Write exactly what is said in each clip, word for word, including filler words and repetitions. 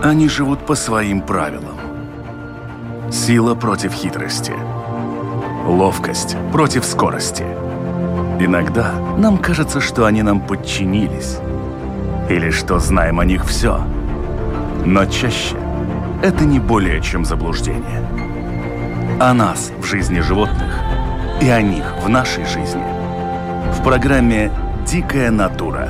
Они живут по своим правилам. Сила против хитрости. Ловкость против скорости. Иногда нам кажется, что они нам подчинились. Или что знаем о них все. Но чаще это не более чем заблуждение. О нас в жизни животных и о них в нашей жизни. В программе «Дикая натура».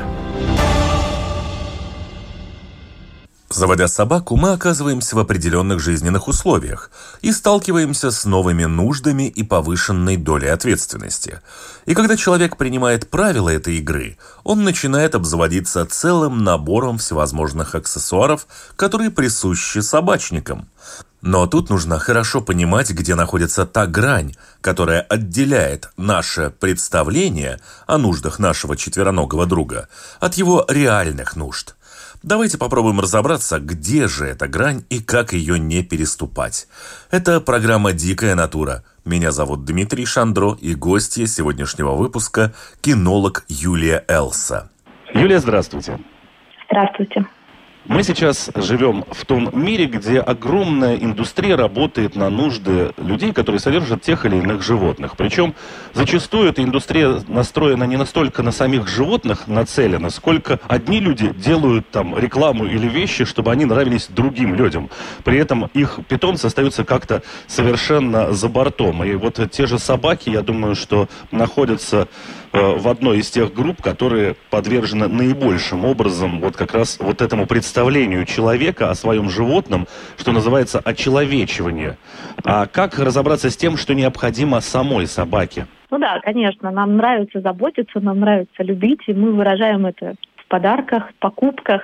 Заводя собаку, мы оказываемся в определенных жизненных условиях и сталкиваемся с новыми нуждами и повышенной долей ответственности. И когда человек принимает правила этой игры, он начинает обзаводиться целым набором всевозможных аксессуаров, которые присущи собачникам. Но тут нужно хорошо понимать, где находится та грань, которая отделяет наше представление о нуждах нашего четвероногого друга от его реальных нужд. Давайте попробуем разобраться, где же эта грань и как ее не переступать. Это программа «Дикая натура». Меня зовут Дмитрий Шандро, и гостья сегодняшнего выпуска – кинолог Юлия Элса. Юлия, здравствуйте. Здравствуйте. Мы сейчас живем в том мире, где огромная индустрия работает на нужды людей, которые содержат тех или иных животных. Причем зачастую эта индустрия настроена не настолько на самих животных нацелена, сколько одни люди делают там рекламу или вещи, чтобы они нравились другим людям. При этом их питомцы остаются как-то совершенно за бортом. И вот те же собаки, я думаю, что находятся э, в одной из тех групп, которые подвержены наибольшим образом вот как раз вот этому представлению представлению человека о своем животном, что называется очеловечивание. А как разобраться с тем, что необходимо самой собаке? Ну да, конечно, нам нравится заботиться, нам нравится любить, и мы выражаем это в подарках, в покупках,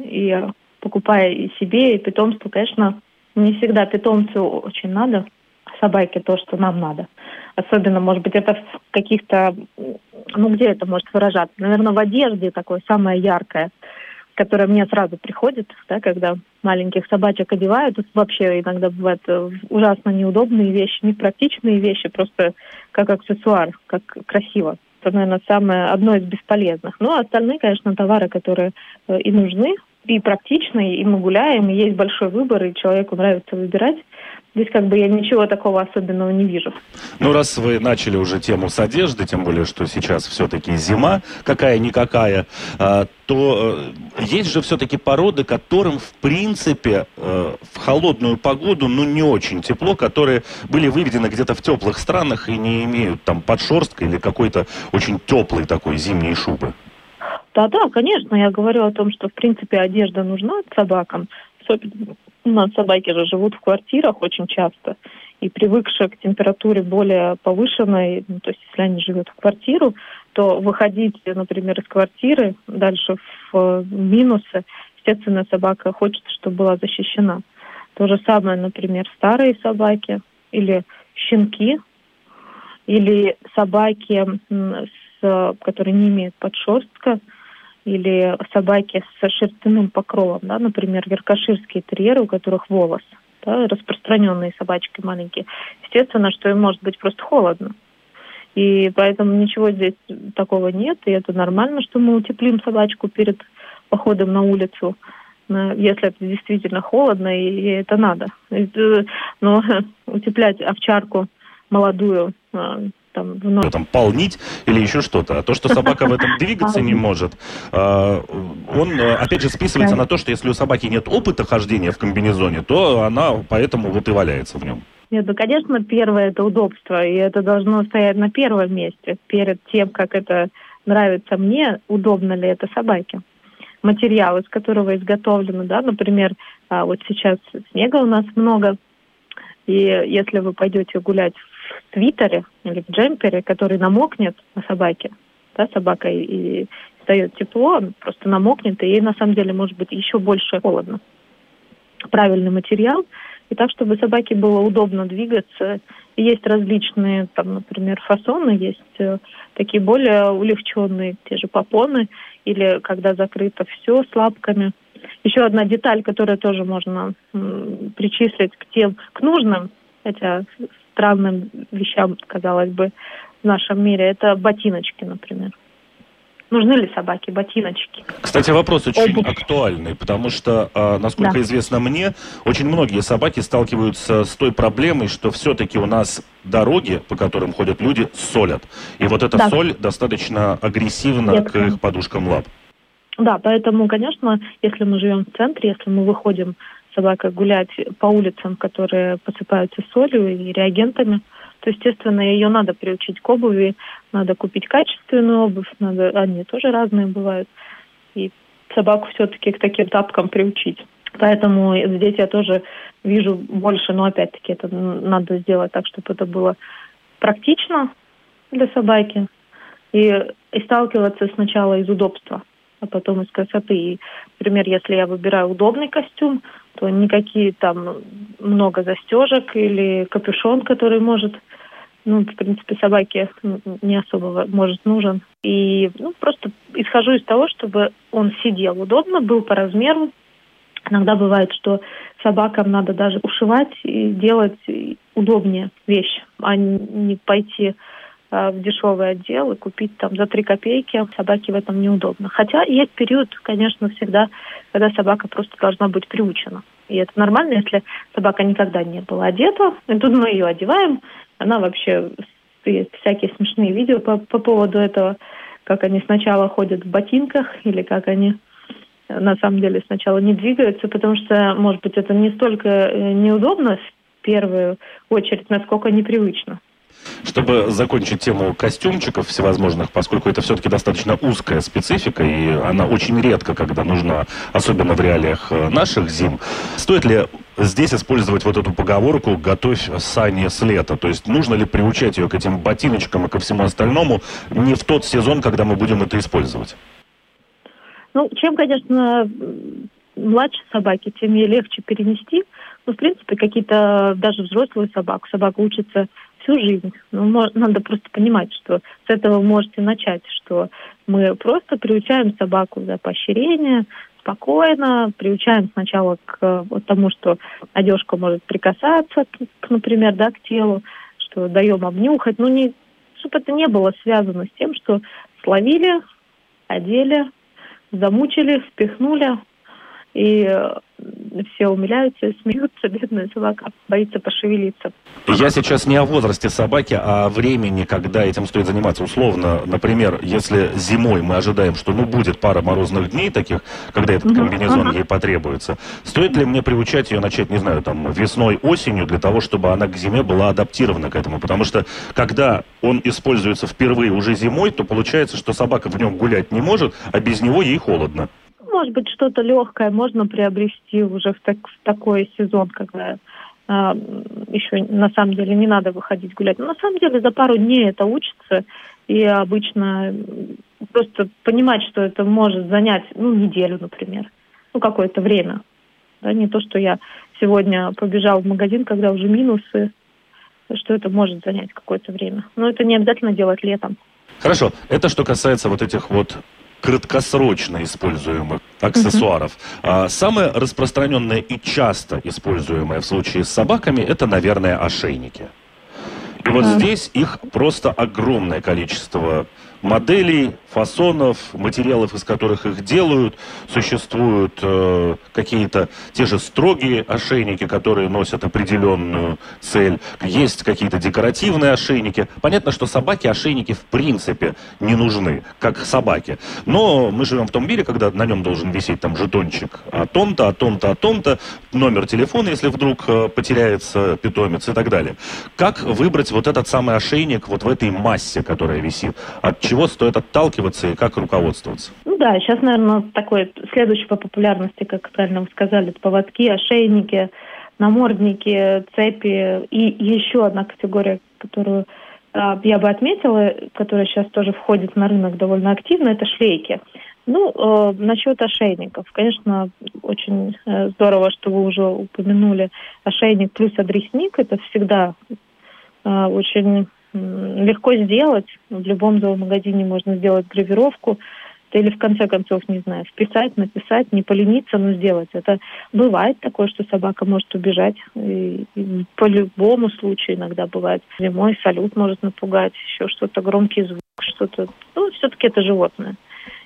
и покупая и себе, и питомству, конечно, не всегда питомцу очень надо, собаке то, что нам надо. Особенно, может быть, это в каких-то, ну где это может выражаться? Наверное, в одежде такое самое яркое, которая мне сразу приходит, да, когда маленьких собачек одевают. Тут вообще иногда бывают ужасно неудобные вещи, непрактичные вещи, просто как аксессуар, как красиво. Это, наверное, самое, одно из бесполезных. Ну, а остальные, конечно, товары, которые и нужны, и практичные, и мы гуляем, и есть большой выбор, и человеку нравится выбирать. Здесь как бы я ничего такого особенного не вижу. Ну, раз вы начали уже тему с одежды, тем более, что сейчас все-таки зима, какая-никакая, то есть же все-таки породы, которым, в принципе, в холодную погоду, ну, не очень тепло, которые были выведены где-то в теплых странах и не имеют там подшерстка или какой-то очень теплой такой зимней шубы. Да-да, конечно, я говорю о том, что, в принципе, одежда нужна собакам. Особенно у нас собаки же живут в квартирах очень часто, и привыкшие к температуре более повышенной, ну, то есть если они живут в квартиру, то выходить, например, из квартиры дальше в минусы, естественно, собака хочет, чтобы была защищена. То же самое, например, старые собаки или щенки, или собаки, с, которые не имеют подшерстка, или собаки с шерстяным покровом, да, например, йоркширские терьеры, у которых волос, да, распространенные собачки маленькие. Естественно, что им может быть просто холодно. И поэтому ничего здесь такого нет, и это нормально, что мы утеплим собачку перед походом на улицу, если это действительно холодно, и это надо. Но утеплять овчарку молодую, там, вновь. Там полнить или еще что-то. А то, что собака в этом двигаться не может, он, опять же, списывается на то, что если у собаки нет опыта хождения в комбинезоне, то она поэтому вот и валяется в нем. Нет, ну, конечно, первое – это удобство, и это должно стоять на первом месте. Перед тем, как это нравится мне, удобно ли это собаке. Материал, из которого изготовлено, да, например, вот сейчас снега у нас много, и если вы пойдете гулять в свитере или в джемпере, который намокнет на собаке, да, собака и, и дает тепло, просто намокнет, и ей на самом деле может быть еще больше холодно. Правильный материал, и так, чтобы собаке было удобно двигаться. И есть различные, там, например, фасоны, есть э, такие более улегченные, те же попоны, или когда закрыто все с лапками. Еще одна деталь, которую тоже можно м, причислить к тем, к нужным, хотя странным вещам, казалось бы, в нашем мире, это ботиночки, например. нужны ли собаке ботиночки. Кстати, вопрос очень Обувь. актуальный, потому что, насколько Да. известно мне, очень многие собаки сталкиваются с той проблемой, что все-таки у нас дороги, по которым ходят люди, солят. И вот эта Да. соль достаточно агрессивна Едкая. к их подушкам лап. Да, поэтому, конечно, если мы живем в центре, если мы выходим с собакой гулять по улицам, которые посыпаются солью и реагентами, то, естественно, ее надо приучить к обуви, надо купить качественную обувь, надо, они тоже разные бывают, и собаку все-таки к таким тапкам приучить. Поэтому здесь я тоже вижу больше, но опять-таки это надо сделать так, чтобы это было практично для собаки, и, и сталкиваться сначала из удобства, а потом из красоты. И, например, если я выбираю удобный костюм, то никакие там много застежек или капюшон, который может, ну, в принципе, собаке не особо может нужен. И ну, просто исхожу из того, чтобы он сидел удобно, был по размеру. Иногда бывает, что собакам надо даже ушивать и делать удобнее вещь, а не пойти в дешевый отдел и купить там за три копейки. Собаке в этом неудобно. Хотя есть период, конечно, всегда, когда собака просто должна быть приучена. И это нормально, если собака никогда не была одета. И тут мы ее одеваем. Она вообще... Есть всякие смешные видео по, по поводу этого, как они сначала ходят в ботинках или как они на самом деле сначала не двигаются, потому что, может быть, это не столько неудобно в первую очередь, насколько непривычно. Чтобы закончить тему костюмчиков всевозможных, поскольку это все-таки достаточно узкая специфика, и она очень редко, когда нужна, особенно в реалиях наших зим, стоит ли здесь использовать вот эту поговорку «готовь сани с лета»? То есть нужно ли приучать ее к этим ботиночкам и ко всему остальному не в тот сезон, когда мы будем это использовать? Ну, чем, конечно, младше собаки, тем ей легче перенести. Ну, в принципе, какие-то даже взрослые собаки, собака учится всю жизнь. Ну, надо просто понимать, что с этого вы можете начать, что мы просто приучаем собаку за поощрение, спокойно, приучаем сначала к вот тому, что одежка может прикасаться, к, например, да, к телу, что даем обнюхать. Ну, не, чтобы это не было связано с тем, что словили, одели, замучили, впихнули, и все умиляются и смеются, бедная собака боится пошевелиться. Я сейчас не о возрасте собаки, а о времени, когда этим стоит заниматься. Условно, например, если зимой мы ожидаем, что ну будет пара морозных дней таких, когда этот комбинезон ей потребуется, стоит ли мне приучать ее начать, не знаю, там весной, осенью, для того, чтобы она к зиме была адаптирована к этому? Потому что когда он используется впервые уже зимой, то получается, что собака в нем гулять не может, а без него ей холодно. Может быть, что-то легкое можно приобрести уже в, так, в такой сезон, когда э, еще на самом деле не надо выходить гулять. Но на самом деле за пару дней это учится, и обычно просто понимать, что это может занять, ну, неделю, например, ну, какое-то время. Да, не то, что я сегодня побежал в магазин, когда уже минусы, что это может занять какое-то время. Но это не обязательно делать летом. Хорошо, это что касается вот этих вот краткосрочно используемых аксессуаров. Uh-huh. А самое распространенное и часто используемое в случае с собаками, это, наверное, ошейники. И вот uh-huh. здесь их просто огромное количество моделей, фасонов, материалов, из которых их делают. Существуют э, какие-то те же строгие ошейники, которые носят определенную цель. Есть какие-то декоративные ошейники. Понятно, что собаке ошейники в принципе не нужны, как собаке. Но мы живем в том мире, когда на нем должен висеть там жетончик о том-то, о том-то, о том-то, номер телефона, если вдруг э, потеряется питомец и так далее. Как выбрать вот этот самый ошейник вот в этой массе, которая висит? От чего стоит отталкиваться и как руководствоваться? Ну да, сейчас, наверное, такой следующий по популярности, как правильно вы сказали, поводки, ошейники, намордники, цепи. И еще одна категория, которую э, я бы отметила, которая сейчас тоже входит на рынок довольно активно, это шлейки. Ну, э, насчет ошейников. Конечно, очень э, здорово, что вы уже упомянули ошейник плюс адресник. Это всегда э, очень легко сделать. В любом зоомагазине можно сделать гравировку. Или, в конце концов, не знаю, вписать, написать, не полениться, но сделать. Это бывает такое, что собака может убежать. И, и по любому случаю иногда бывает. Зимой салют может напугать, еще что-то, громкий звук, что-то. Ну, все-таки это животное.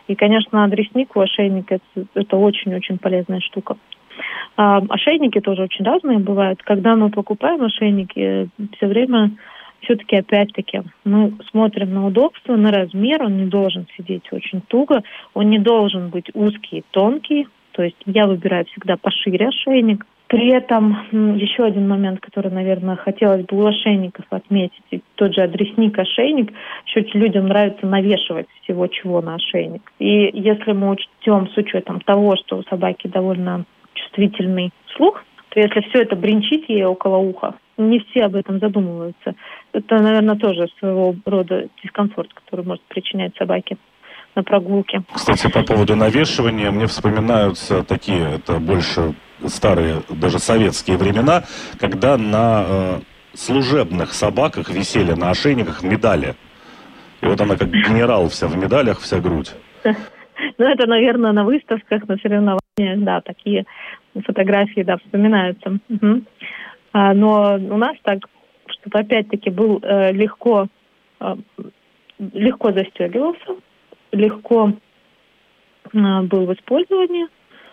И, конечно, адресник у ошейника это, это очень-очень полезная штука. А, ошейники тоже очень разные бывают. Когда мы покупаем ошейники, все время все-таки опять-таки мы смотрим на удобство, на размер. Он не должен сидеть очень туго, он не должен быть узкий и тонкий. То есть я выбираю всегда пошире ошейник. При этом еще один момент, который, наверное, хотелось бы у ошейников отметить, и тот же адресник-ошейник, еще людям нравится навешивать всего чего на ошейник. И если мы учтем с учетом того, что у собаки довольно чувствительный слух, то если все это бренчит ей около уха, не все об этом задумываются. Это, наверное, тоже своего рода дискомфорт, который может причинять собаке на прогулке. Кстати, по поводу навешивания, мне вспоминаются такие, это больше старые, даже советские времена, когда на э, служебных собаках висели на ошейниках медали. И вот она как генерал вся в медалях, вся грудь. Ну, это, наверное, на выставках, на соревнованиях, да, такие фотографии, да, вспоминаются. Угу. А, но у нас так, чтобы опять-таки был э, легко, э, легко застегивался, легко э, был в использовании.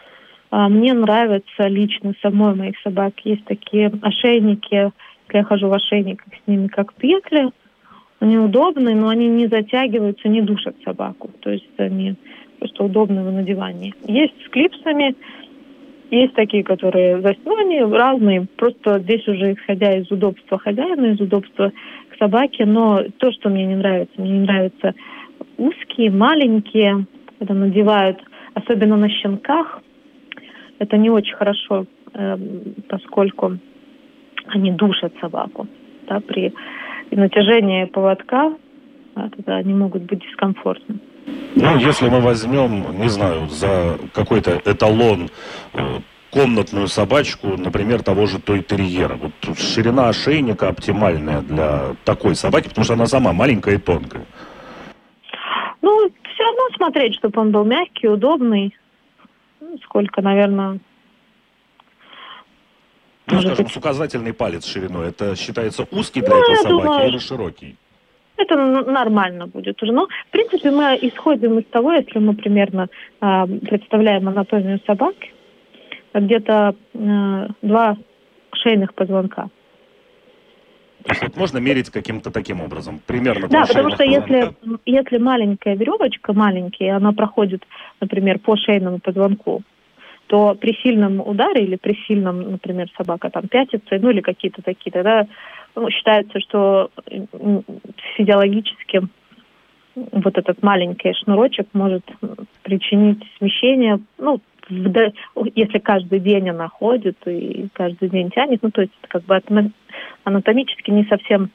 А, мне нравится лично самой моих собак. Есть такие ошейники, я хожу в ошейниках с ними как петли. Они удобные, но они не затягиваются, не душат собаку. То есть они просто удобны в надевании. Есть с клипсами, есть такие, которые за... ну, они разные. Просто здесь уже исходя из удобства хозяина, из удобства к собаке. Но то, что мне не нравится, мне не нравятся узкие, маленькие, когда надевают, особенно на щенках. Это не очень хорошо, э, поскольку они душат собаку. Да, при натяжении поводка да, тогда они могут быть дискомфортны. Ну, если мы возьмем, не знаю, за какой-то эталон э, комнатную собачку, например, того же той-терьера, вот ширина ошейника оптимальная для такой собаки, потому что она сама маленькая и тонкая. Ну, все равно смотреть, чтобы он был мягкий, удобный. Ну, сколько, наверное... Ну, скажем, быть... с указательный палец шириной. Это считается узкий для ну, этой собаки думаю, или широкий? Это нормально будет уже. Но, в принципе, мы исходим из того, если мы примерно э, представляем анатомию собаки, где-то э, два шейных позвонка. То есть вот можно мерить каким-то таким образом? Примерно да, два потому что позвонка. если, если маленькая веревочка, маленькая, она проходит, например, по шейному позвонку, то при сильном ударе или при сильном, например, собака там пятится, ну или какие-то такие, тогда ну, считается, что физиологически вот этот маленький шнурочек может причинить смещение, ну, в, если каждый день она ходит и каждый день тянет, ну, то есть как бы анатомически не совсем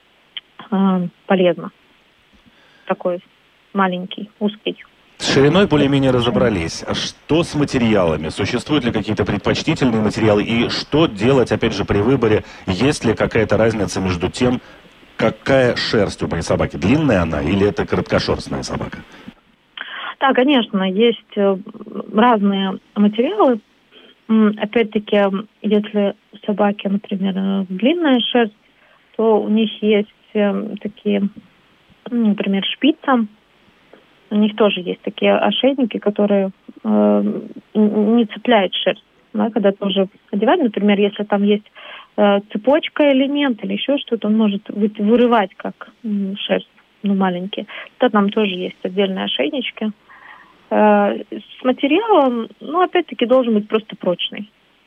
э, полезно. Такой маленький, узкий. С шириной более-менее разобрались. А что с материалами? Существуют ли какие-то предпочтительные материалы? И что делать, опять же, при выборе? Есть ли какая-то разница между тем, какая шерсть у моей собаки? Длинная она или это короткошерстная собака? Да, конечно, есть разные материалы. Опять-таки, если у собаки, например, длинная шерсть, то у них есть такие, например, шпицы. У них тоже есть такие ошейники, которые э, не цепляют шерсть. Да, когда тоже одевать, например, если там есть э, цепочка элемент или еще что-то, он может вы, вырывать как м, шерсть, ну, маленькие. То там тоже есть отдельные ошейнички. Э, с материалом, ну, опять-таки, должен быть просто прочный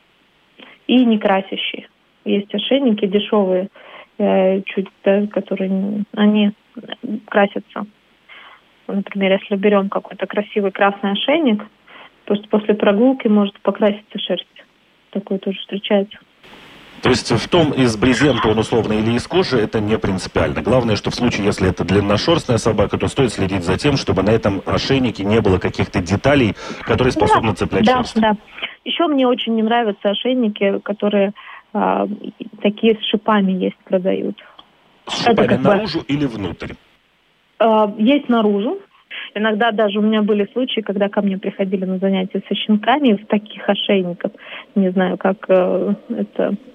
и не красящий. Есть ошейники дешевые, э, чуть, да, которые они красятся. Например, если берем какой-то красивый красный ошейник, то после прогулки может покраситься шерсть. Такое тоже встречается. То есть в том, из брезента он условно или из кожи, это не принципиально. Главное, что в случае, если это длинношерстная собака, то стоит следить за тем, чтобы на этом ошейнике не было каких-то деталей, которые способны да, цеплять да, шерсть. Да, еще мне очень не нравятся ошейники, которые а, такие с шипами есть, продают. С шипами наружу бы... или внутрь? Есть наружу. Иногда даже у меня были случаи, когда ко мне приходили на занятия со щенками в таких ошейниках. Не знаю, как э, это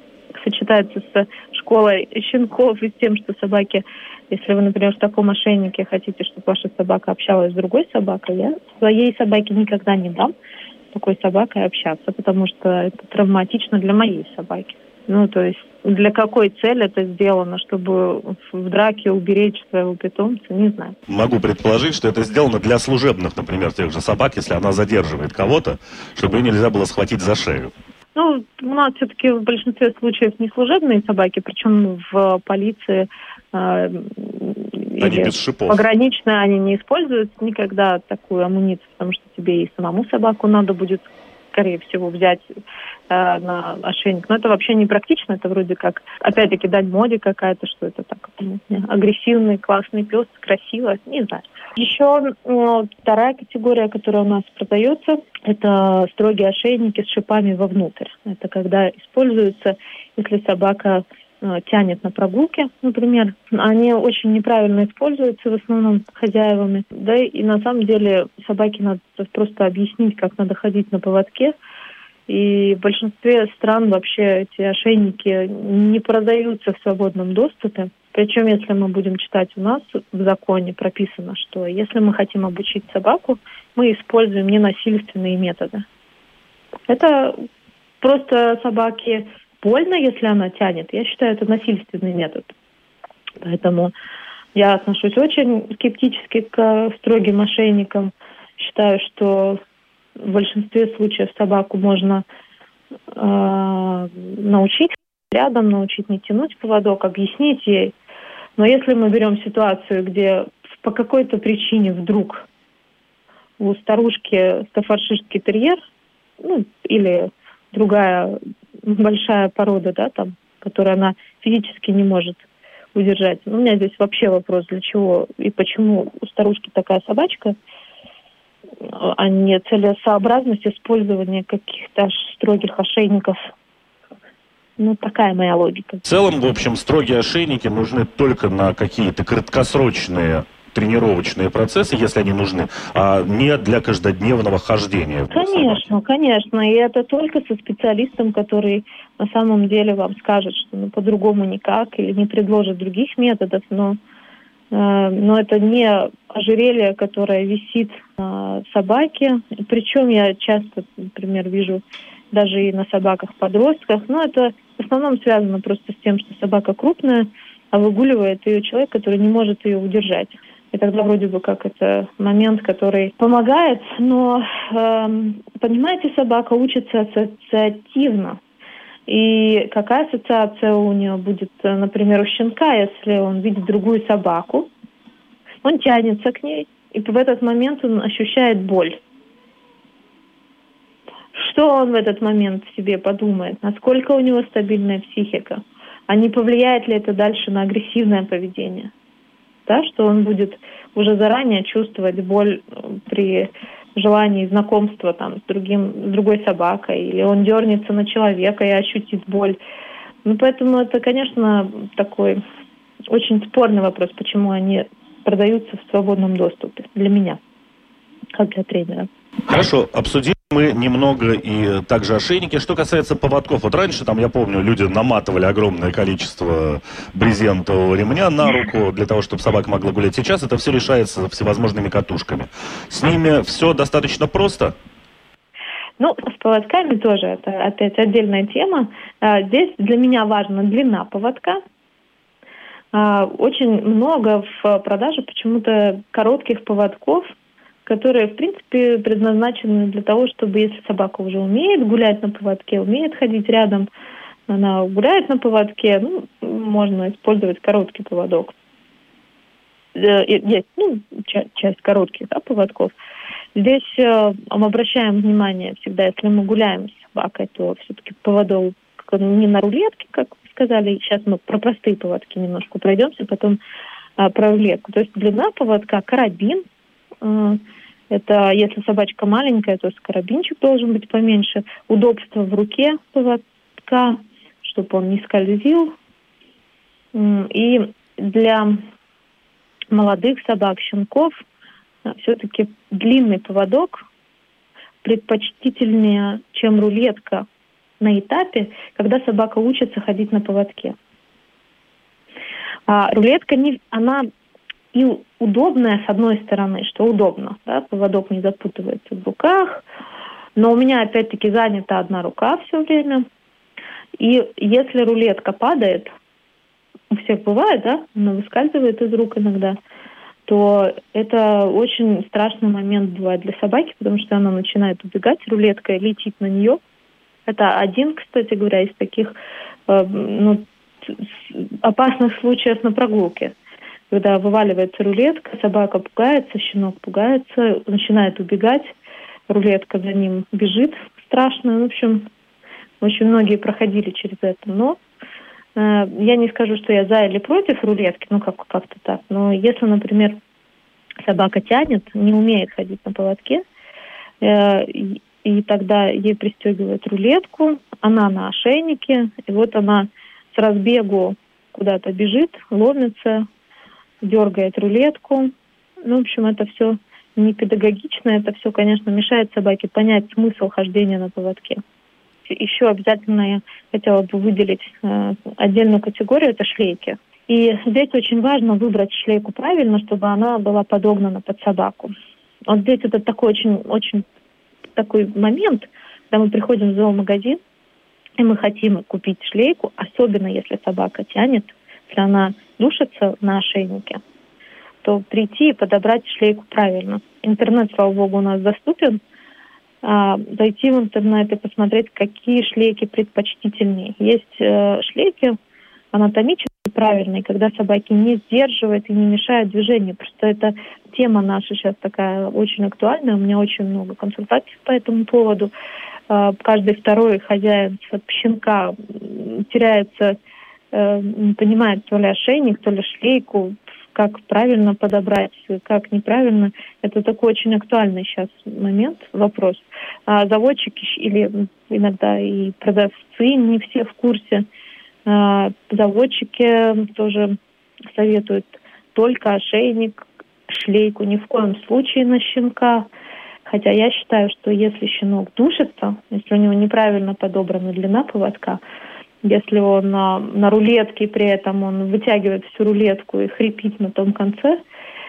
сочетается с школой щенков и с тем, что собаки, если вы, например, в таком ошейнике хотите, чтобы ваша собака общалась с другой собакой, я своей собаке никогда не дам с такой собакой общаться, потому что это травматично для моей собаки. Ну, то есть для какой цели это сделано, чтобы в драке уберечь своего питомца, не знаю. Могу предположить, что это сделано для служебных, например, тех же собак, если она задерживает кого-то, чтобы ее нельзя было схватить за шею. Ну, у нас все-таки в большинстве случаев не служебные собаки, причем в полиции э, или без шипов. Пограничные они не используют никогда такую амуницию, потому что тебе и самому собаку надо будет, скорее всего, взять э, на ошейник. Но это вообще не практично, это вроде как, опять-таки, дать моде какая-то, что это так агрессивный, классный пес, красиво, не знаю. Еще ну, вторая категория, которая у нас продается, это строгие ошейники с шипами вовнутрь. Это когда используются, если собака э, тянет на прогулке, например. Они очень неправильно используются в основном хозяевами. Да и на самом деле собаке надо просто объяснить, как надо ходить на поводке. И в большинстве стран вообще эти ошейники не продаются в свободном доступе. Причем, если мы будем читать у нас в законе, прописано, что если мы хотим обучить собаку, мы используем ненасильственные методы. Это просто собаке больно, если она тянет. Я считаю, это насильственный метод. Поэтому я отношусь очень скептически к строгим ошейникам. Считаю, что в большинстве случаев собаку можно э, научить рядом, научить не тянуть поводок, объяснить ей. Но если мы берем ситуацию, где по какой-то причине вдруг у старушки стаффордширский терьер, ну, или другая большая порода, да, там, которую она физически не может удержать. У меня здесь вообще вопрос, для чего и почему у старушки такая собачка, а не целесообразность использования каких-то строгих ошейников. Ну, такая моя логика. В целом, в общем, строгие ошейники нужны только на какие-то краткосрочные тренировочные процессы, если они нужны, а не для каждодневного хождения. Конечно, конечно. И это только со специалистом, который на самом деле вам скажет, что ну, по-другому никак, или не предложит других методов, но, э, но это не ожерелье, которое висит на собаке. Причем я часто, например, вижу даже и на собаках-подростках, но это в основном связано просто с тем, что собака крупная, а выгуливает ее человек, который не может ее удержать. И тогда вроде бы как это момент, который помогает, но, э, понимаете, собака учится ассоциативно. И какая ассоциация у нее будет, например, у щенка, если он видит другую собаку, он тянется к ней, и в этот момент он ощущает боль. Что он в этот момент себе подумает? Насколько у него стабильная психика? А не повлияет ли это дальше на агрессивное поведение? Да, что он будет уже заранее чувствовать боль при желании знакомства там, с, другим, с другой собакой, или он дернется на человека и ощутит боль. Ну, поэтому это, конечно, такой очень спорный вопрос, почему они продаются в свободном доступе для меня, как для тренера. Хорошо, обсудим мы немного и также ошейники. Что касается поводков, вот раньше, там, я помню, люди наматывали огромное количество брезентового ремня на руку для того, чтобы собака могла гулять. Сейчас это все решается всевозможными катушками. С ними все достаточно просто? Ну, с поводками тоже, это опять отдельная тема. Здесь для меня важна длина поводка. Очень много в продаже почему-то коротких поводков, которые, в принципе, предназначены для того, чтобы, если собака уже умеет гулять на поводке, умеет ходить рядом, она гуляет на поводке, ну, можно использовать короткий поводок. Есть, ну, часть, часть коротких, да, поводков. Здесь э, мы обращаем внимание всегда, если мы гуляем с собакой, то все-таки поводок не на рулетке, как вы сказали. Сейчас мы про простые поводки немножко пройдемся, потом э, про рулетку. То есть длина поводка, карабин. Э, это если собачка маленькая, то карабинчик должен быть поменьше. Удобство в руке поводка, чтобы он не скользил. И для молодых собак, щенков, все-таки длинный поводок предпочтительнее, чем рулетка. на этапе, когда собака учится ходить на поводке. А рулетка, не, она и удобная, с одной стороны, что удобно, да, поводок не запутывается в руках, но у меня, опять-таки, занята одна рука все время, и если рулетка падает, у всех бывает, да, она выскальзывает из рук иногда, то это очень страшный момент бывает для собаки, потому что она начинает убегать, рулетка летит на нее. Это один, кстати говоря, из таких э, ну, опасных случаев на прогулке. Когда вываливается рулетка, собака пугается, щенок пугается, начинает убегать, рулетка за ним бежит страшно. В общем, очень многие проходили через это. Но э, я не скажу, что я за или против рулетки, ну как- как-то так. Но если, например, собака тянет, не умеет ходить на поводке, э, и, и тогда ей пристегивают рулетку, она на ошейнике, и вот она с разбегу куда-то бежит, ломится, дергает рулетку. Ну, в общем, это все не педагогично, это все, конечно, мешает собаке понять смысл хождения на поводке. Еще обязательно я хотела бы выделить э, отдельную категорию, это шлейки. И здесь очень важно выбрать шлейку правильно, чтобы она была подогнана под собаку. Вот здесь это такой очень, очень такой момент, когда мы приходим в зоомагазин, и мы хотим купить шлейку, особенно если собака тянет, если она душится на ошейнике, то прийти и подобрать шлейку правильно. Интернет, слава богу, у нас доступен. А, зайти в интернет и посмотреть, какие шлейки предпочтительнее. Есть э, шлейки анатомически правильные, когда собаки не сдерживают и не мешают движению. Просто эта тема наша сейчас такая очень актуальная. У меня очень много консультаций по этому поводу. Э, каждый второй хозяин щенка теряется, э, не понимает то ли ошейник, то ли шлейку, как правильно подобрать, как неправильно. Это такой очень актуальный сейчас момент, вопрос. А заводчики или иногда и продавцы не все в курсе. А заводчики тоже советуют только ошейник, шлейку, ни в коем случае на щенка. Хотя я считаю, что если щенок душится, если у него неправильно подобрана длина поводка, если он на, на рулетке, при этом он вытягивает всю рулетку и хрипит на том конце,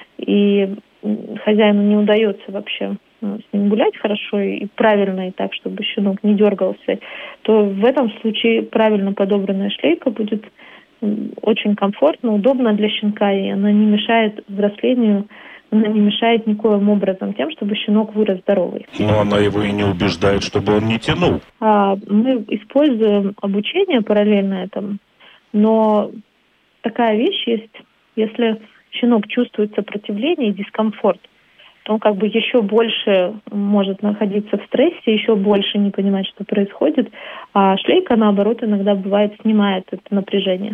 и хозяину не удается вообще ну, с ним гулять хорошо и правильно, и так, чтобы щенок не дергался, то в этом случае правильно подобранная шлейка будет очень комфортно, удобно для щенка, и она не мешает взрослению, она не мешает никоим образом тем, чтобы щенок вырос здоровый. Но она его и не убеждает, чтобы он не тянул. А, мы используем обучение параллельно этому, но такая вещь есть, если щенок чувствует сопротивление и дискомфорт, то он как бы еще больше может находиться в стрессе, еще больше не понимать, что происходит, а шлейка, наоборот, иногда бывает снимает это напряжение.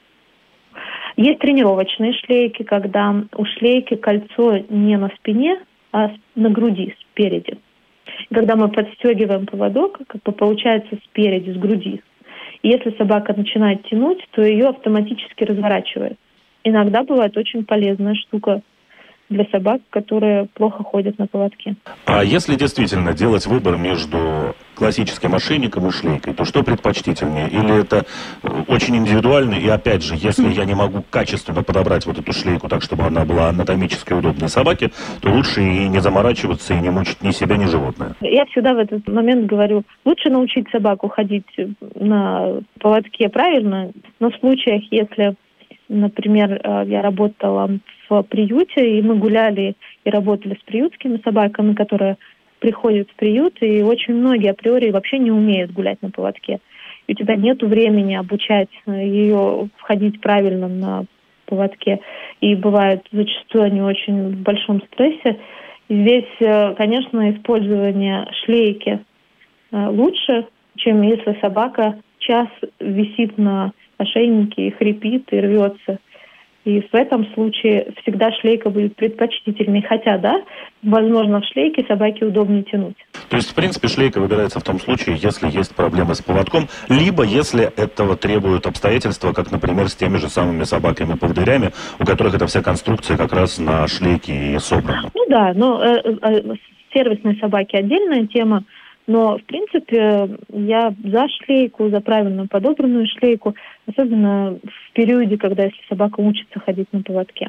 Есть тренировочные шлейки, когда у шлейки кольцо не на спине, а на груди, спереди. Когда мы подстегиваем поводок, как бы получается спереди, с груди. И если собака начинает тянуть, то ее автоматически разворачивает. Иногда бывает очень полезная штука для собак, которые плохо ходят на поводке. А если действительно делать выбор между классическим ошейником и шлейкой, то что предпочтительнее? Или это очень индивидуально, и опять же, если я не могу качественно подобрать вот эту шлейку так, чтобы она была анатомически удобной собаке, то лучше и не заморачиваться, и не мучить ни себя, ни животное. Я всегда в этот момент говорю, лучше научить собаку ходить на поводке правильно, но в случаях, если, например, я работала в приюте, и мы гуляли и работали с приютскими собаками, которые приходят в приют, и очень многие априори вообще не умеют гулять на поводке. И у тебя нет времени обучать ее ходить правильно на поводке. И бывает, зачастую они очень в большом стрессе. И здесь, конечно, использование шлейки лучше, чем если собака час висит на ошейнике и хрипит, и рвется. И в этом случае всегда шлейка будет предпочтительней. Хотя, да, возможно, в шлейке собаке удобнее тянуть. То есть, в принципе, шлейка выбирается в том случае, если есть проблемы с поводком, либо если этого требуют обстоятельства, как, например, с теми же самыми собаками-поводырями, у которых эта вся конструкция как раз на шлейке и собрана. Ну да, но э, э, сервисные собаки отдельная тема. Но, в принципе, я за шлейку, за правильно подобранную шлейку, особенно в периоде, когда если собака учится ходить на поводке.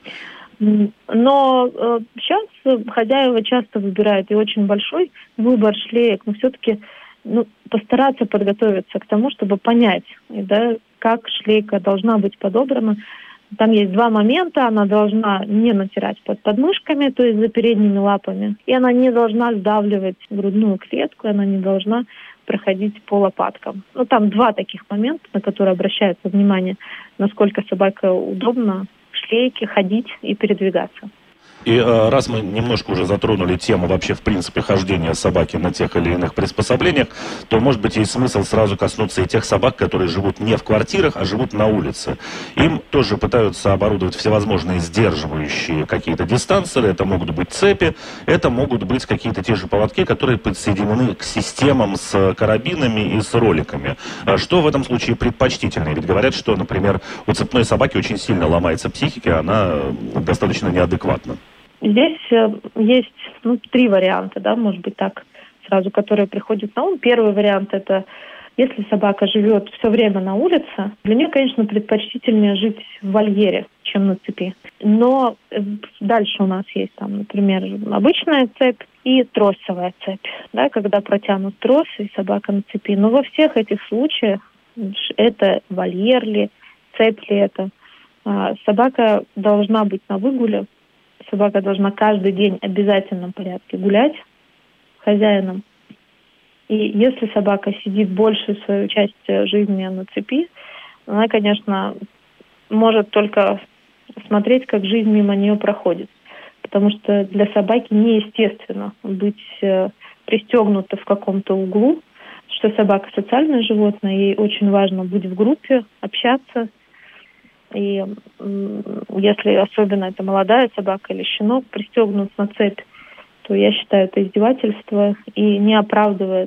Но э, сейчас хозяева часто выбирают и очень большой выбор шлеек, но все-таки ну, постараться подготовиться к тому, чтобы понять, да, как шлейка должна быть подобрана. Там есть два момента. Она должна не натирать под подмышками, то есть за передними лапами. И она не должна сдавливать грудную клетку, она не должна проходить по лопаткам. Ну, там два таких момента, на которые обращается внимание, насколько собака удобна в шлейке ходить и передвигаться. И э, раз мы немножко уже затронули тему вообще, в принципе, хождения собаки на тех или иных приспособлениях, то, может быть, есть смысл сразу коснуться и тех собак, которые живут не в квартирах, а живут на улице. Им тоже пытаются оборудовать всевозможные сдерживающие какие-то дистанцеры. Это могут быть цепи, это могут быть какие-то те же поводки, которые подсоединены к системам с карабинами и с роликами. Что в этом случае предпочтительнее? Ведь говорят, что, например, у цепной собаки очень сильно ломается психика, она достаточно неадекватна. Здесь есть ну, три варианта, да, может быть так, сразу, которые приходят на ум. Первый вариант – это если собака живет все время на улице, для нее, конечно, предпочтительнее жить в вольере, чем на цепи. Но дальше у нас есть, там, например, обычная цепь и тросовая цепь, да, когда протянут трос и собака на цепи. Но во всех этих случаях, это вольер ли, цепь ли это, собака должна быть на выгуле. Собака должна каждый день в обязательном порядке гулять с хозяином. И если собака сидит большую свою часть жизни на цепи, она, конечно, может только смотреть, как жизнь мимо нее проходит. Потому что для собаки неестественно быть пристегнутой в каком-то углу, что собака социальное животное, ей очень важно быть в группе, общаться. И если особенно это молодая собака или щенок пристегнут на цепь, то я считаю, это издевательство и не оправдывает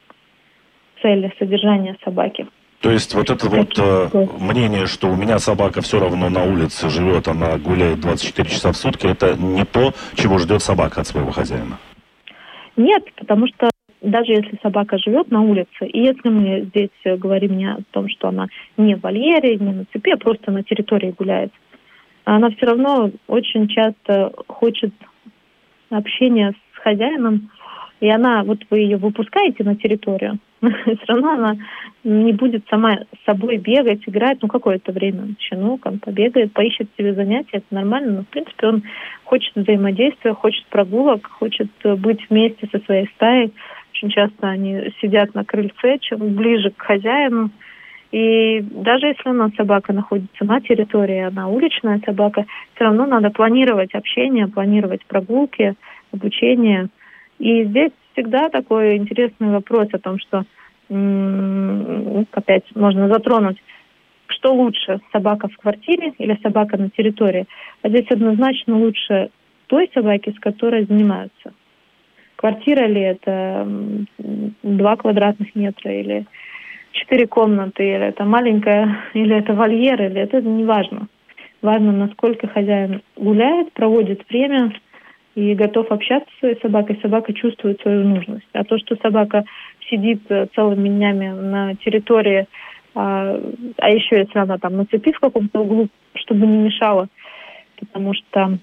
цели содержания собаки. То есть вот это вот э, мнение, что у меня собака все равно на улице живет, она гуляет двадцать четыре часа в сутки, это не то, чего ждет собака от своего хозяина? Нет, потому что даже если собака живет на улице, и если мы здесь говорим не о том, что она не в вольере, не на цепи, а просто на территории гуляет, она все равно очень часто хочет общения с хозяином, и она, вот вы ее выпускаете на территорию, все равно она не будет сама с собой бегать, играть, ну, какое-то время. Щенок, он побегает, поищет себе занятия, это нормально, но, в принципе, он хочет взаимодействия, хочет прогулок, хочет быть вместе со своей стаей. Очень часто они сидят на крыльце, чем ближе к хозяину. И даже если у нас собака находится на территории, она уличная собака, все равно надо планировать общение, планировать прогулки, обучение. И здесь всегда такой интересный вопрос о том, что м- опять можно затронуть, что лучше, собака в квартире или собака на территории. А здесь однозначно лучше той собаки, с которой занимаются. Квартира ли это два квадратных метра, или четыре комнаты, или это маленькая, или это вольер, или это не важно. Важно, насколько хозяин гуляет, проводит время и готов общаться с своей собакой. Собака чувствует свою нужность. А то, что собака сидит целыми днями на территории, а, а еще если она там на цепи в каком-то углу, чтобы не мешала, потому что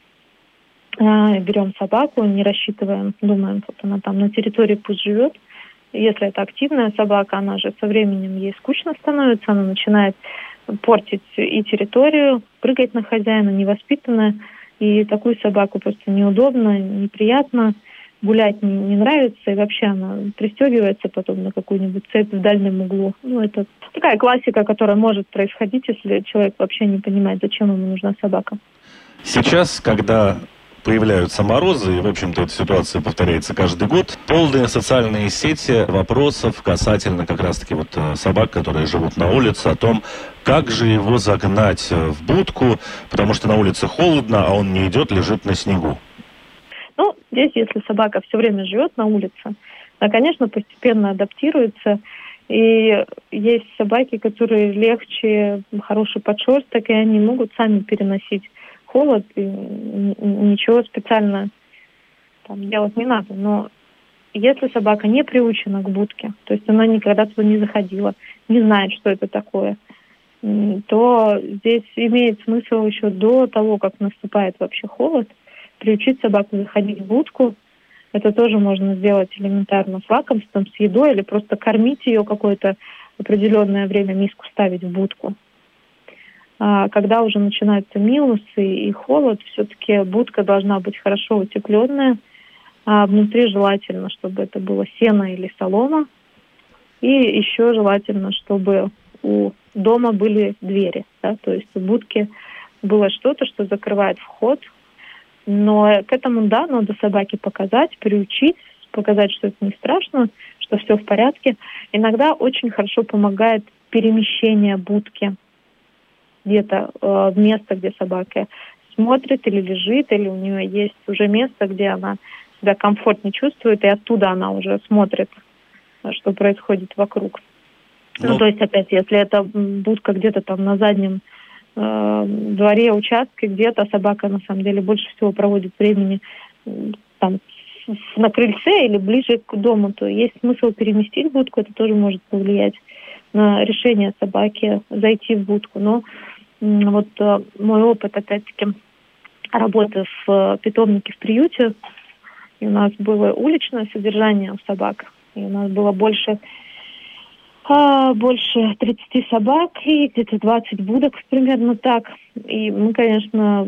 берем собаку, не рассчитываем, думаем, вот она там на территории пусть живет. Если это активная собака, она же со временем ей скучно становится, она начинает портить и территорию, прыгать на хозяина, невоспитанная. И такую собаку просто неудобно, неприятно, гулять не, не нравится, и вообще она пристегивается потом на какую-нибудь цепь в дальнем углу. Ну, это такая классика, которая может происходить, если человек вообще не понимает, зачем ему нужна собака. Сейчас, когда появляются морозы, и, в общем-то, эта ситуация повторяется каждый год, полные социальные сети вопросов касательно как раз-таки вот собак, которые живут на улице, о том, как же его загнать в будку, потому что на улице холодно, а он не идет, лежит на снегу. Ну, здесь, если собака все время живет на улице, она, конечно, постепенно адаптируется. И есть собаки, которые легче, хороший подшерсток, и они могут сами переносить холод, и ничего специально там делать не надо. Но если собака не приучена к будке, то есть она никогда туда не заходила, не знает, что это такое, то здесь имеет смысл еще до того, как наступает вообще холод, приучить собаку заходить в будку. Это тоже можно сделать элементарно с лакомством, с едой, или просто кормить ее какое-то определенное время, миску ставить в будку. А когда уже начинаются минусы и холод, все-таки будка должна быть хорошо утепленная, а внутри желательно, чтобы это было сено или солома. И еще желательно, чтобы у дома были двери, да, то есть у будки было что-то, что закрывает вход. Но к этому, да, надо собаке показать, приучить, показать, что это не страшно, что все в порядке. Иногда очень хорошо помогает перемещение будки где-то э, в место, где собака смотрит или лежит, или у нее есть уже место, где она себя комфортнее чувствует, и оттуда она уже смотрит, что происходит вокруг. Ну, ну то есть, опять, если это будка где-то там на заднем э, дворе, участке, где-то собака, на самом деле, больше всего проводит времени там на крыльце или ближе к дому, то есть смысл переместить будку, это тоже может повлиять на решение собаки зайти в будку. Но вот э, мой опыт, опять-таки, работы в питомнике, в приюте, и у нас было уличное содержание у собак, и у нас было больше, а, больше тридцати собак и где-то двадцать будок, примерно так. И мы, конечно,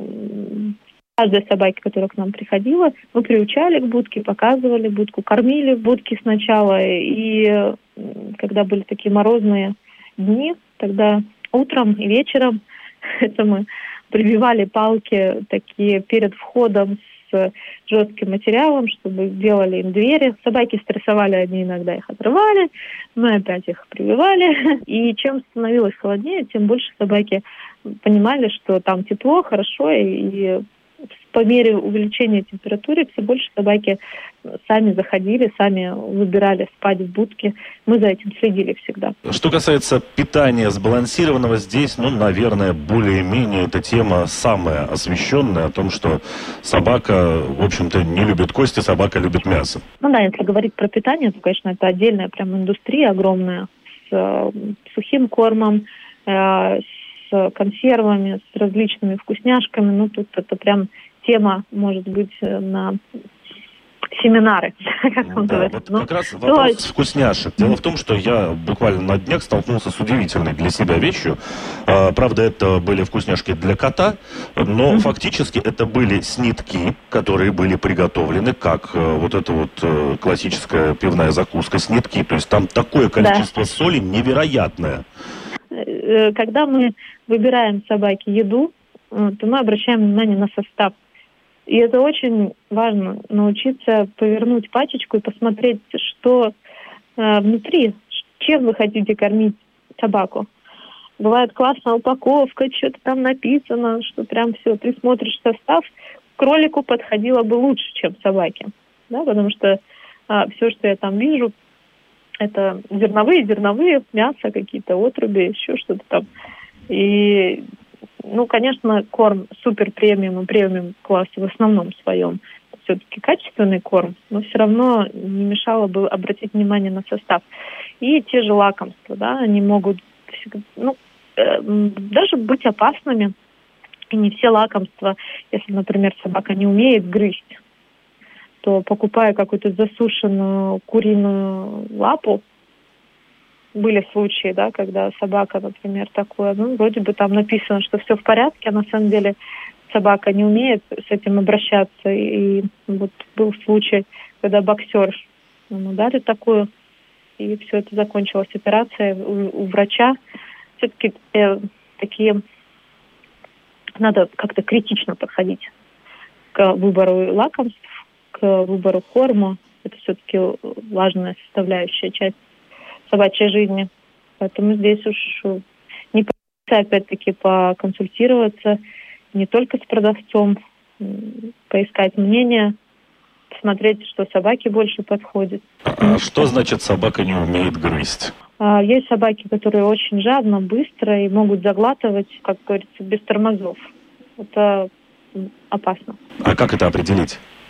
каждой собаке, которая к нам приходила, мы приучали к будке, показывали будку, кормили в будке сначала. И когда были такие морозные дни, тогда утром и вечером это мы прививали палки такие перед входом с жестким материалом, чтобы делали им двери. Собаки стрессовали, они иногда их отрывали, мы опять их прививали. И чем становилось холоднее, тем больше собаки понимали, что там тепло, хорошо, и по мере увеличения температуры все больше собаки сами заходили, сами выбирали спать в будке. Мы за этим следили всегда. Что касается питания сбалансированного, здесь, ну, наверное, более-менее эта тема самая освещенная, о том, что собака, в общем-то, не любит кости, собака любит мясо. Ну да, если говорить про питание, то, конечно, это отдельная прям индустрия огромная с э, сухим кормом, э, с консервами, с различными вкусняшками. Ну, тут это прям тема, может быть, на семинары, как он да, говорит. вот ну, как раз вопрос то... с вкусняшек. Дело в том, что я буквально на днях столкнулся с удивительной для себя вещью. А, правда, это были вкусняшки для кота, но mm-hmm. фактически это были снитки, которые были приготовлены как а, вот эта вот а, классическая пивная закуска, снитки. То есть там такое количество да. соли невероятное. Когда мы выбираем собаке еду, то мы обращаем внимание на состав. И это очень важно, научиться повернуть пачечку и посмотреть, что э, внутри, чем вы хотите кормить собаку. Бывает классная упаковка, что-то там написано, что прям все, ты смотришь состав, кролику подходило бы лучше, чем собаке. Да, потому что э, все, что я там вижу, это зерновые, зерновые, мясо, какие-то отруби, еще что-то там. И ну, конечно, корм супер премиум и премиум класса в основном своем. Все-таки качественный корм, но все равно не мешало бы обратить внимание на состав. И те же лакомства, да, они могут ну, э, даже быть опасными. И не все лакомства, если, например, собака не умеет грызть, то покупая какую-то засушенную куриную лапу, были случаи, да, когда собака, например, такое, ну, вроде бы там написано, что все в порядке, а на самом деле собака не умеет с этим обращаться. И, и вот был случай, когда боксер ему дали такую, и все это закончилось операцией у, у врача. Все-таки э, такие надо как-то критично подходить к выбору лакомств, к выбору корма. Это все-таки важная составляющая часть собачьей жизни. Поэтому здесь уж не придется, опять-таки, поконсультироваться не только с продавцом, поискать мнение, посмотреть, что собаке больше подходит. А что значит собака не умеет грызть? Есть собаки, которые очень жадно, быстро и могут заглатывать, как говорится, без тормозов. Это опасно. А как это определить?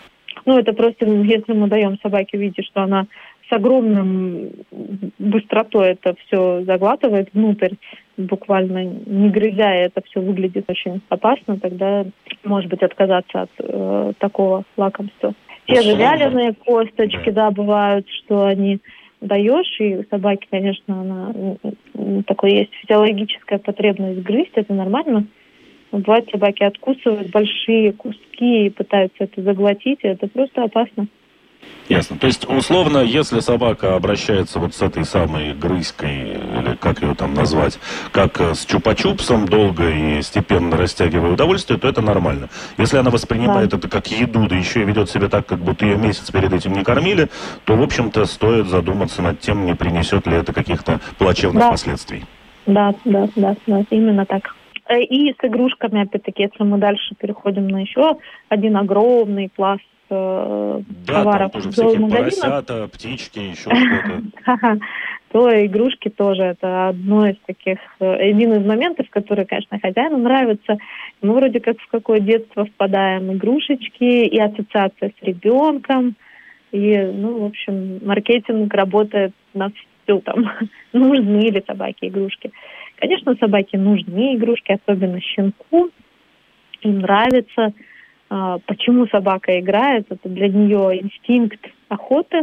Ну, это просто, если мы даем собаке увидеть, что она с огромным быстротой это все заглатывает внутрь, буквально не грызя, и это все выглядит очень опасно, тогда, может быть, отказаться от э, такого лакомства. Те же вяленые косточки, да, бывают, что они даешь, и у собаки, конечно, она такой есть физиологическая потребность грызть, это нормально. Бывает, собаки откусывают большие куски и пытаются это заглотить, и это просто опасно. Ясно. То есть, условно, если собака обращается вот с этой самой грызкой, или как ее там назвать, как с чупа-чупсом, долго и степенно растягивая удовольствие, то это нормально. Если она воспринимает да. это как еду, да еще и ведет себя так, как будто ее месяц перед этим не кормили, то, в общем-то, стоит задуматься над тем, не принесет ли это каких-то плачевных да. последствий. Да, да, да, да, именно так. И с игрушками, опять-таки, если мы дальше переходим на еще один огромный пласт э, да, товаров там тоже всякие поросята, птички, еще что-то. То игрушки тоже это одно из таких, один из моментов, который, конечно, хозяину нравится. Мы вроде как в какое детство впадаем. Игрушечки и ассоциация с ребенком. И, ну, в общем, маркетинг работает на все там. Нужны ли собаке игрушки? Конечно, собаке нужны игрушки, особенно щенку. Им нравится. Почему собака играет? Это для нее инстинкт охоты.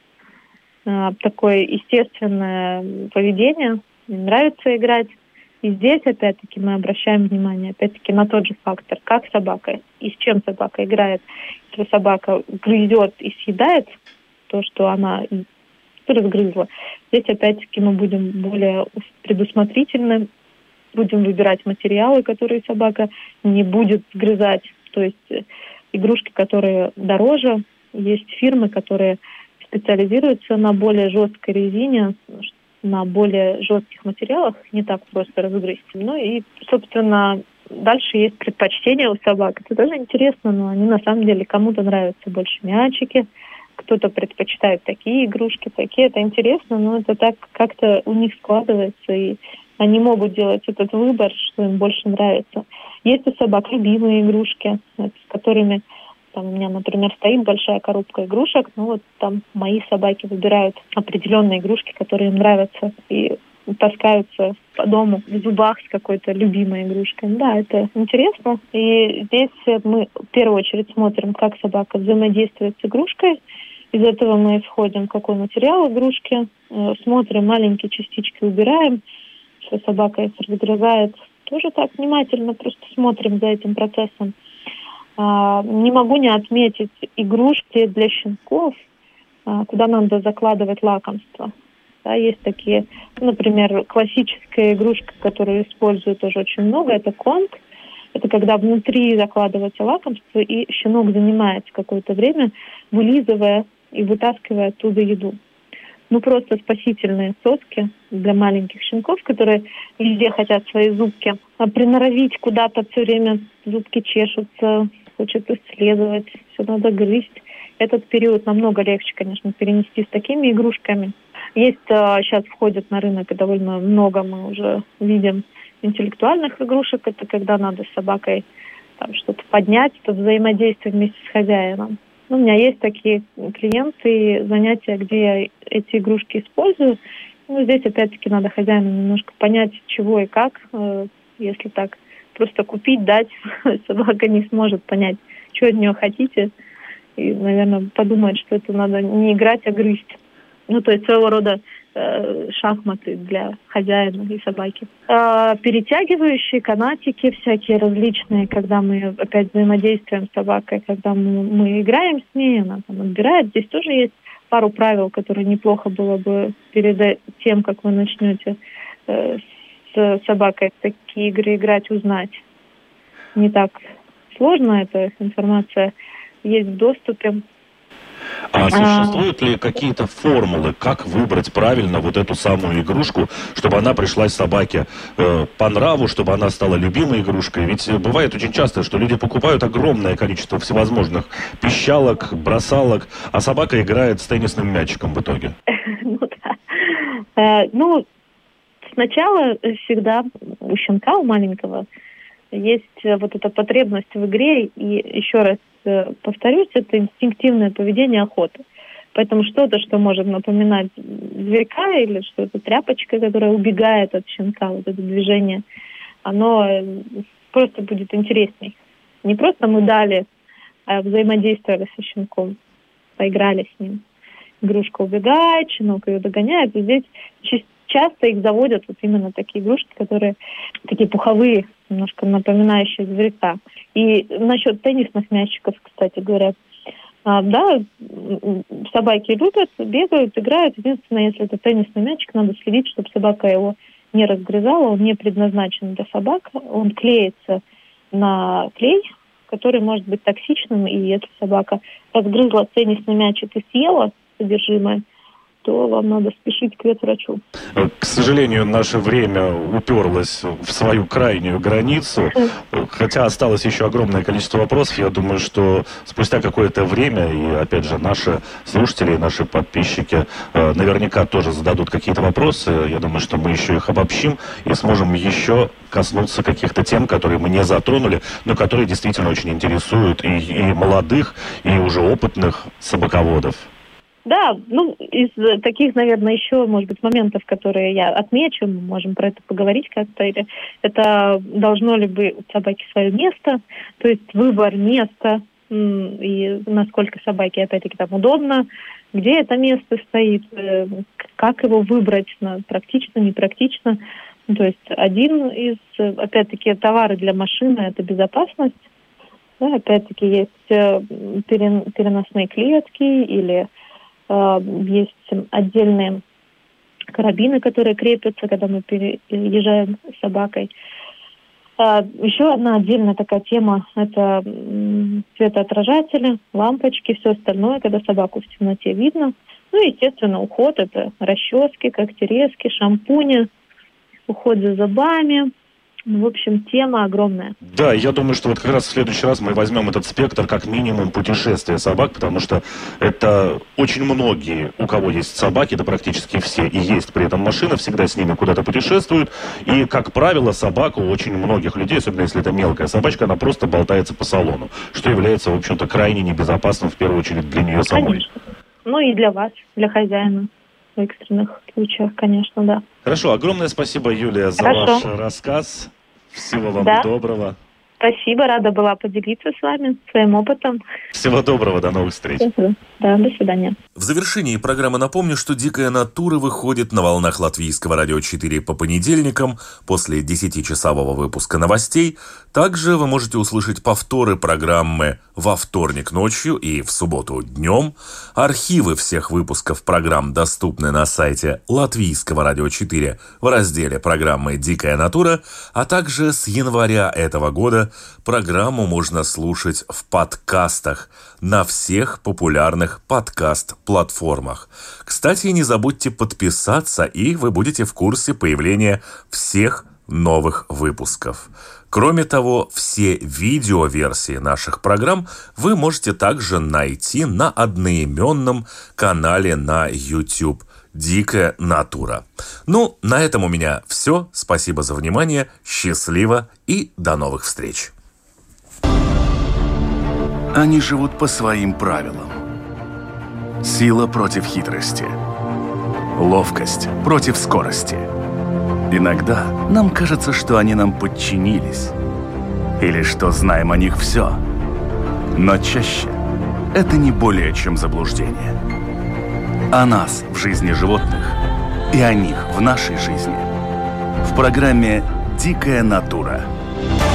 Такое естественное поведение. Им нравится играть. И здесь, опять-таки, мы обращаем внимание, опять-таки, на тот же фактор, как собака и с чем собака играет. Если собака грызет и съедает то, что она разгрызла, здесь, опять-таки, мы будем более предусмотрительны, будем выбирать материалы, которые собака не будет сгрызать. То есть игрушки, которые дороже. Есть фирмы, которые специализируются на более жесткой резине, на более жестких материалах, не так просто разгрызть. Ну и, собственно, дальше есть предпочтения у собак. Это тоже интересно, но они на самом деле кому-то нравятся больше мячики, кто-то предпочитает такие игрушки, такие. Это интересно, но это так как-то у них складывается, и они могут делать этот выбор, что им больше нравится. Есть у собак любимые игрушки, с которыми там у меня, например, стоит большая коробка игрушек, ну вот там мои собаки выбирают определенные игрушки, которые им нравятся, и таскаются по дому в зубах с какой-то любимой игрушкой. Да, это интересно. И здесь мы в первую очередь смотрим, как собака взаимодействует с игрушкой. Из этого мы исходим, какой материал игрушки, смотрим, маленькие частички убираем, что собака их разгрызает. Тоже так внимательно просто смотрим за этим процессом. Не могу не отметить игрушки для щенков, куда надо закладывать лакомство. Да, есть такие, например, классическая игрушка, которую используют тоже очень много, это конг. Это когда внутри закладывается лакомство, и щенок занимается какое-то время, вылизывая и вытаскивая оттуда еду. Ну, просто спасительные соски для маленьких щенков, которые везде хотят свои зубки. А приноровить куда-то все время зубки чешутся, хочет исследовать, все надо грызть. Этот период намного легче, конечно, перенести с такими игрушками. Есть, сейчас входит на рынок, и довольно много мы уже видим интеллектуальных игрушек. Это когда надо с собакой там, что-то поднять, это взаимодействие вместе с хозяином. Ну, у меня есть такие клиенты, занятия, где я эти игрушки использую. Ну, здесь, опять-таки, надо хозяину немножко понять, чего и как. Если так просто купить, дать, собака не сможет понять, что от нее хотите. И, наверное, подумает, что это надо не играть, а грызть. Ну, то есть своего рода э, шахматы для хозяина и собаки. Э, перетягивающие канатики всякие различные, когда мы опять взаимодействуем с собакой, когда мы, мы играем с ней, она там отбирает. Здесь тоже есть пару правил, которые неплохо было бы перед тем, как вы начнете э, с собакой в такие игры играть, узнать. Не так сложно, эта информация есть в доступе. А существуют ли какие-то формулы, как выбрать правильно вот эту самую игрушку, чтобы она пришлась собаке э, по нраву, чтобы она стала любимой игрушкой? Ведь бывает очень часто, что люди покупают огромное количество всевозможных пищалок, бросалок, а собака играет с теннисным мячиком в итоге. Ну да. Ну, сначала всегда у щенка, у маленького, есть вот эта потребность в игре, и еще раз повторюсь, это инстинктивное поведение охоты. Поэтому что-то, что может напоминать зверька или что-то тряпочка, которая убегает от щенка, вот это движение, оно просто будет интересней. Не просто мы дали, а взаимодействовали со щенком, поиграли с ним. Игрушка убегает, щенок ее догоняет, и здесь часто их заводят вот именно такие игрушки, которые такие пуховые, немножко напоминающие зверька. И насчет теннисных мячиков, кстати говоря, а, да, собаки любят, бегают, играют. Единственное, если это теннисный мячик, надо следить, чтобы собака его не разгрызала. Он не предназначен для собак. Он клеится на клей, который может быть токсичным. И если собака разгрызла теннисный мячик и съела содержимое, то вам надо спешить к ветврачу. К сожалению, наше время уперлось в свою крайнюю границу, хотя осталось еще огромное количество вопросов. Я думаю, что спустя какое-то время, и опять же, наши слушатели и наши подписчики э, наверняка тоже зададут какие-то вопросы. Я думаю, что мы еще их обобщим и сможем еще коснуться каких-то тем, которые мы не затронули, но которые действительно очень интересуют и, и молодых, и уже опытных собаководов. Да, ну, из таких, наверное, еще, может быть, моментов, которые я отмечу, мы можем про это поговорить как-то, или это должно ли быть у собаки свое место, то есть выбор места, и насколько собаке, опять-таки, там удобно, где это место стоит, как его выбрать, практично, непрактично. То есть один из, опять-таки, товары для машины – это безопасность. Да, опять-таки, есть переносные клетки или есть отдельные карабины, которые крепятся, когда мы переезжаем с собакой. Еще одна отдельная такая тема – это светоотражатели, лампочки, все остальное, когда собаку в темноте видно. Ну и, естественно, уход – это расчески, когтерезки, шампуни, уход за зубами. В общем, тема огромная. Да, я думаю, что вот как раз в следующий раз мы возьмем этот спектр как минимум путешествия собак, потому что это очень многие, у кого есть собаки, да практически все, и есть при этом машина, всегда с ними куда-то путешествуют. И, как правило, собака у очень многих людей, особенно если это мелкая собачка, она просто болтается по салону, что является, в общем-то, крайне небезопасным, в первую очередь, для нее самой. Конечно. Ну и для вас, для хозяина. В экстренных случаях, конечно, да. Хорошо, огромное спасибо, Юлия, за Хорошо. ваш рассказ. Всего вам да. доброго. Спасибо, рада была поделиться с вами своим опытом. Всего доброго, до новых встреч. Да, до свидания. В завершении программы напомню, что «Дикая натура» выходит на волнах Латвийского радио четыре по понедельникам после десятичасового выпуска новостей. Также вы можете услышать повторы программы во вторник ночью и в субботу днем. Архивы всех выпусков программ доступны на сайте Латвийского радио четыре в разделе программы «Дикая натура», а также с января этого года программу можно слушать в подкастах на всех популярных подкаст-платформах. Кстати, не забудьте подписаться, и вы будете в курсе появления всех новых выпусков. Кроме того, все видеоверсии наших программ вы можете также найти на одноименном канале на YouTube «Дикая натура». Ну, на этом у меня все. Спасибо за внимание. Счастливо и до новых встреч. Они живут по своим правилам. Сила против хитрости. Ловкость против скорости. Иногда нам кажется, что они нам подчинились. Или что знаем о них все. Но чаще это не более чем заблуждение. О нас в жизни животных и о них в нашей жизни. В программе «Дикая натура».